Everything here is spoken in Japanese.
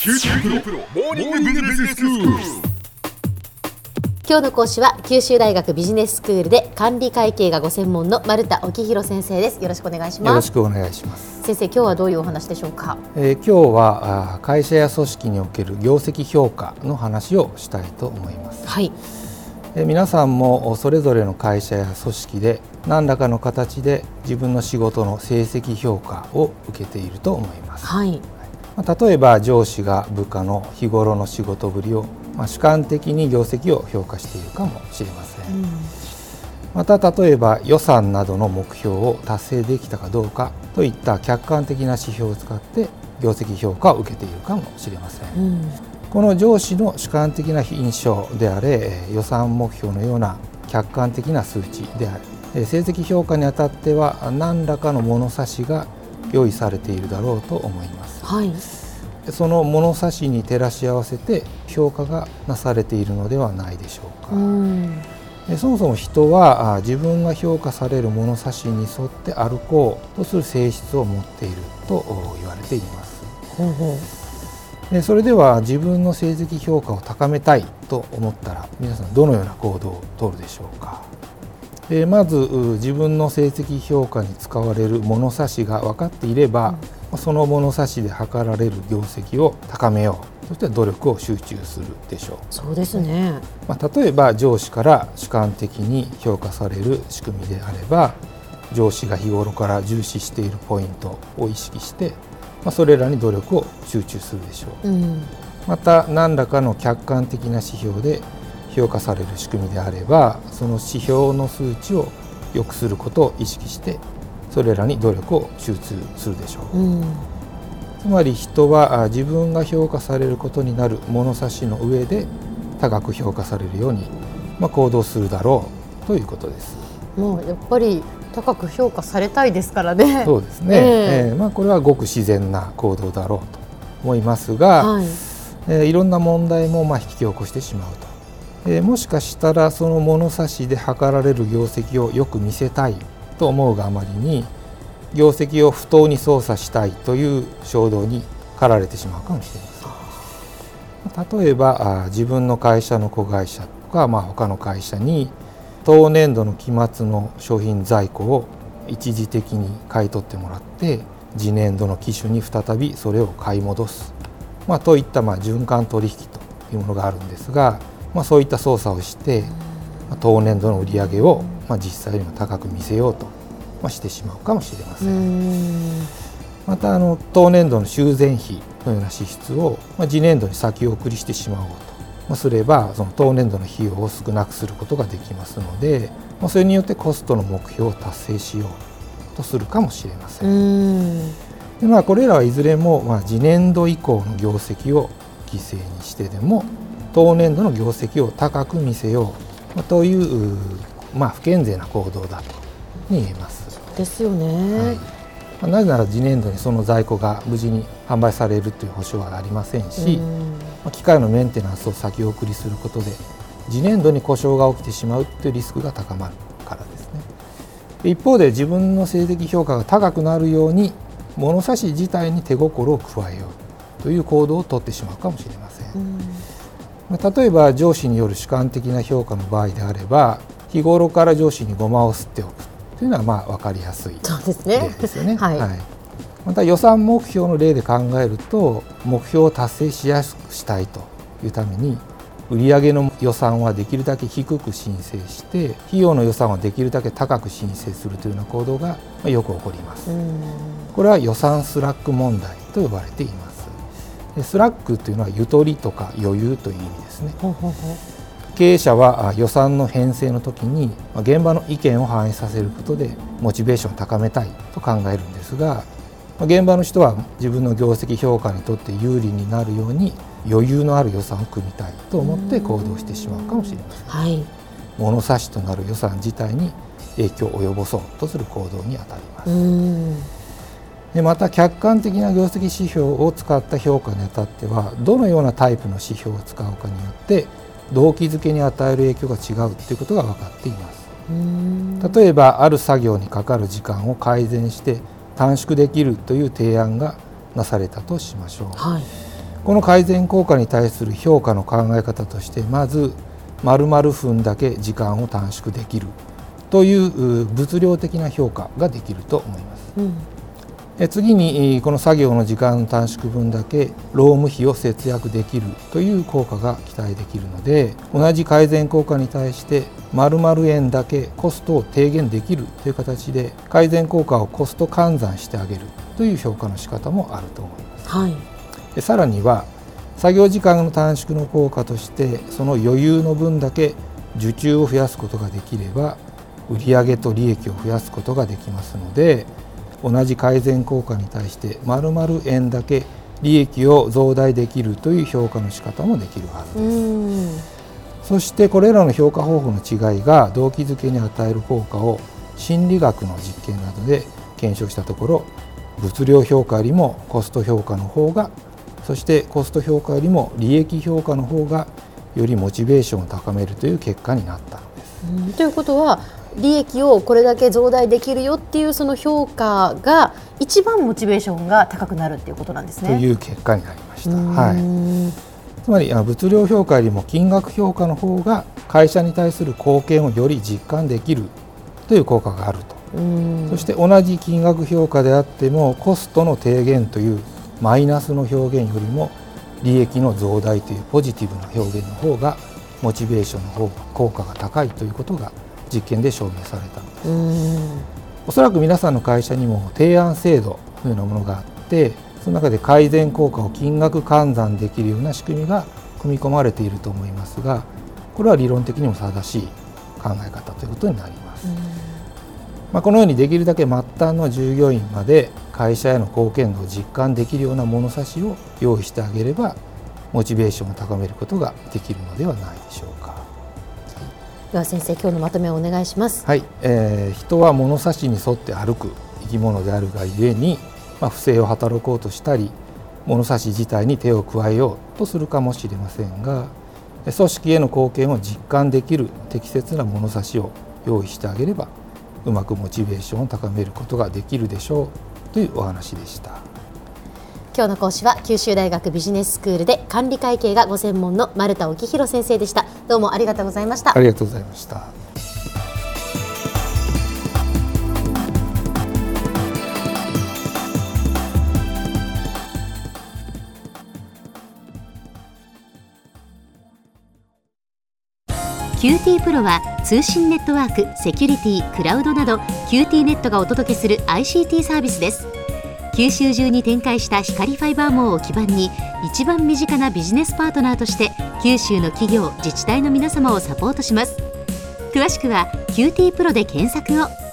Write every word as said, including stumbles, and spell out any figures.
キューティープロモーニングビジネススクール。 今日の講師は九州大学ビジネススクールで管理会計がご専門の丸田沖弘先生です。よろしくお願いします。 よろしくお願いします。 先生、今日はどういうお話でしょうか。 えー、今日は会社や組織における業績評価の話をしたいと思います。 はい。 えー、皆さんもそれぞれの会社や組織で何らかの形で自分の仕事の成績評価を受けていると思います。 はい。 例えば上司が部下の日頃の仕事ぶりを、まあ、主観的に業績を評価しているかもしれません。うん、また例えば予算などの目標を達成できたかどうかといった客観的な指標を使って業績評価を受けているかもしれません。うん、この上司の主観的な印象であれ、予算目標のような客観的な数値であれ、成績評価にあたっては何らかの物差しが用意されているだろうと思います。 はい、 その物差しに照らし合わせて評価がなされているのではないでしょうか。うん、そもそも人は自分が評価される物差しに沿って歩こうとする性質を持っていると言われています。ほうほう。でそれでは自分の成績評価を高めたいと思ったら皆さんどのような行動をとるでしょうか。えまず自分の成績評価に使われる物差しが分かっていれば、うん、その物差しで測られる業績を高めようとして努力を集中するでしょう。 そうですね。 まあ、例えば上司から主観的に評価される仕組みであれば、上司が日頃から重視しているポイントを意識して、まあ、それらに努力を集中するでしょう。うん、また何らかの客観的な指標で評価される仕組みであれば、その指標の数値を良くすることを意識してそれらに努力を集中するでしょう。うん、つまり人は自分が評価されることになる物差しの上で高く評価されるように、まあ、行動するだろうということです。 もうやっぱり高く評価されたいですからね。 そうですね。えーえーまあ、これはごく自然な行動だろうと思いますが、はい、えー、いろんな問題もまあ引き起こしてしまうと。えー、もしかしたらその物差しで測られる業績をよく見せたいと思うがあまりに業績を不当に操作したいという衝動に駆られてしまうかもしれません。例えば自分の会社の子会社とか、まあ、他の会社に当年度の期末の商品在庫を一時的に買い取ってもらって次年度の期首に再びそれを買い戻す、まあ、といったまあ循環取引というものがあるんですが、まあ、そういった操作をして、まあ、当年度の売り上げを、まあ、実際よりも高く見せようと、まあ、してしまうかもしれません。またあの当年度の修繕費のような支出を、まあ、次年度に先送りしてしまおうと、まあ、すればその当年度の費用を少なくすることができますので、まあ、それによってコストの目標を達成しようとするかもしれません。で、まあ、これらはいずれも、まあ、次年度以降の業績を犠牲にしてでも当年度の業績を高く見せようという、まあ、不健全な行動だと言えます。 ですよね。 はい、なぜなら次年度にその在庫が無事に販売されるという保証はありませんし、うん、機械のメンテナンスを先送りすることで次年度に故障が起きてしまうというリスクが高まるからですね。一方で自分の成績評価が高くなるように物差し自体に手心を加えようという行動をとってしまうかもしれません。うん、例えば上司による主観的な評価の場合であれば日頃から上司にごまを吸っておくというのはまあ分かりやすい例ですよね。はいはい、また予算目標の例で考えると目標を達成しやすくしたいというために売上の予算はできるだけ低く申請して費用の予算はできるだけ高く申請するというような行動がよく起こります。これは予算スラック問題と呼ばれています。スラックというのはゆとりとか余裕という意味ですね。ほうほうほう。経営者は予算の編成の時に現場の意見を反映させることでモチベーションを高めたいと考えるんですが、現場の人は自分の業績評価にとって有利になるように余裕のある予算を組みたいと思って行動してしまうかもしれません。はい、物差しとなる予算自体に影響を及ぼそうとする行動にあたります。うんでまた客観的な業績指標を使った評価にあたってはどのようなタイプの指標を使うかによって動機づけに与える影響が違うということが分かっています。例えばある作業にかかる時間を改善して短縮できるという提案がなされたとしましょう。はい、 この改善効果に対する評価の考え方として、まず〇〇分だけ時間を短縮できるという物量的な評価ができると思います、うん、え次にこの作業の時間の短縮分だけ労務費を節約できるという効果が期待できるので、同じ改善効果に対して〇〇円だけコストを低減できるという形で改善効果をコスト換算してあげるという評価の仕方もあると思います、はい、でさらには作業時間の短縮の効果として、その余裕の分だけ受注を増やすことができれば売上と利益を増やすことができますので、同じ改善効果に対して〇〇円だけ利益を増大できるという評価の仕方もできるはずです。そしてこれらの評価方法の違いが動機づけに与える効果を心理学の実験などで検証したところ、物量評価よりもコスト評価の方が、そしてコスト評価よりも利益評価の方がよりモチベーションを高めるという結果になったのです。 うん、ということは利益をこれだけ増大できるよっていうその評価が一番モチベーションが高くなるっていうことなんですね。 という結果になりました。はい、つまり物量評価よりも金額評価の方が会社に対する貢献をより実感できるという効果があると。そして同じ金額評価であってもコストの低減というマイナスの表現よりも利益の増大というポジティブな表現の方がモチベーションの方が効果が高いということが実験で証明されたのです。うんおそらく皆さんの会社にも提案制度のようなものがあって、その中で改善効果を金額換算できるような仕組みが組み込まれていると思いますが、これは理論的にも正しい考え方ということになります。まあ、このようにできるだけ末端の従業員まで会社への貢献度を実感できるような物差しを用意してあげれば、モチベーションを高めることができるのではないでしょうか。 では先生、今日のまとめをお願いします。 はい、えー、人は物差しに沿って歩く生き物であるがゆえに、まあ、不正を働こうとしたり物差し自体に手を加えようとするかもしれませんが、組織への貢献を実感できる適切な物差しを用意してあげれば、うまくモチベーションを高めることができるでしょうというお話でした。 今日の講師は九州大学ビジネススクールで管理会計がご専門の丸田沖弘先生でした。どうもありがとうございました。 ありがとうございました。 キューティー プロは通信ネットワーク、セキュリティ、クラウドなど キューティー ネットがお届けする アイシーティー サービスです。九州中に展開した光ファイバー網を基盤に一番身近なビジネスパートナーとして九州の企業、自治体の皆様をサポートします。詳しくは キューティー プロで検索を。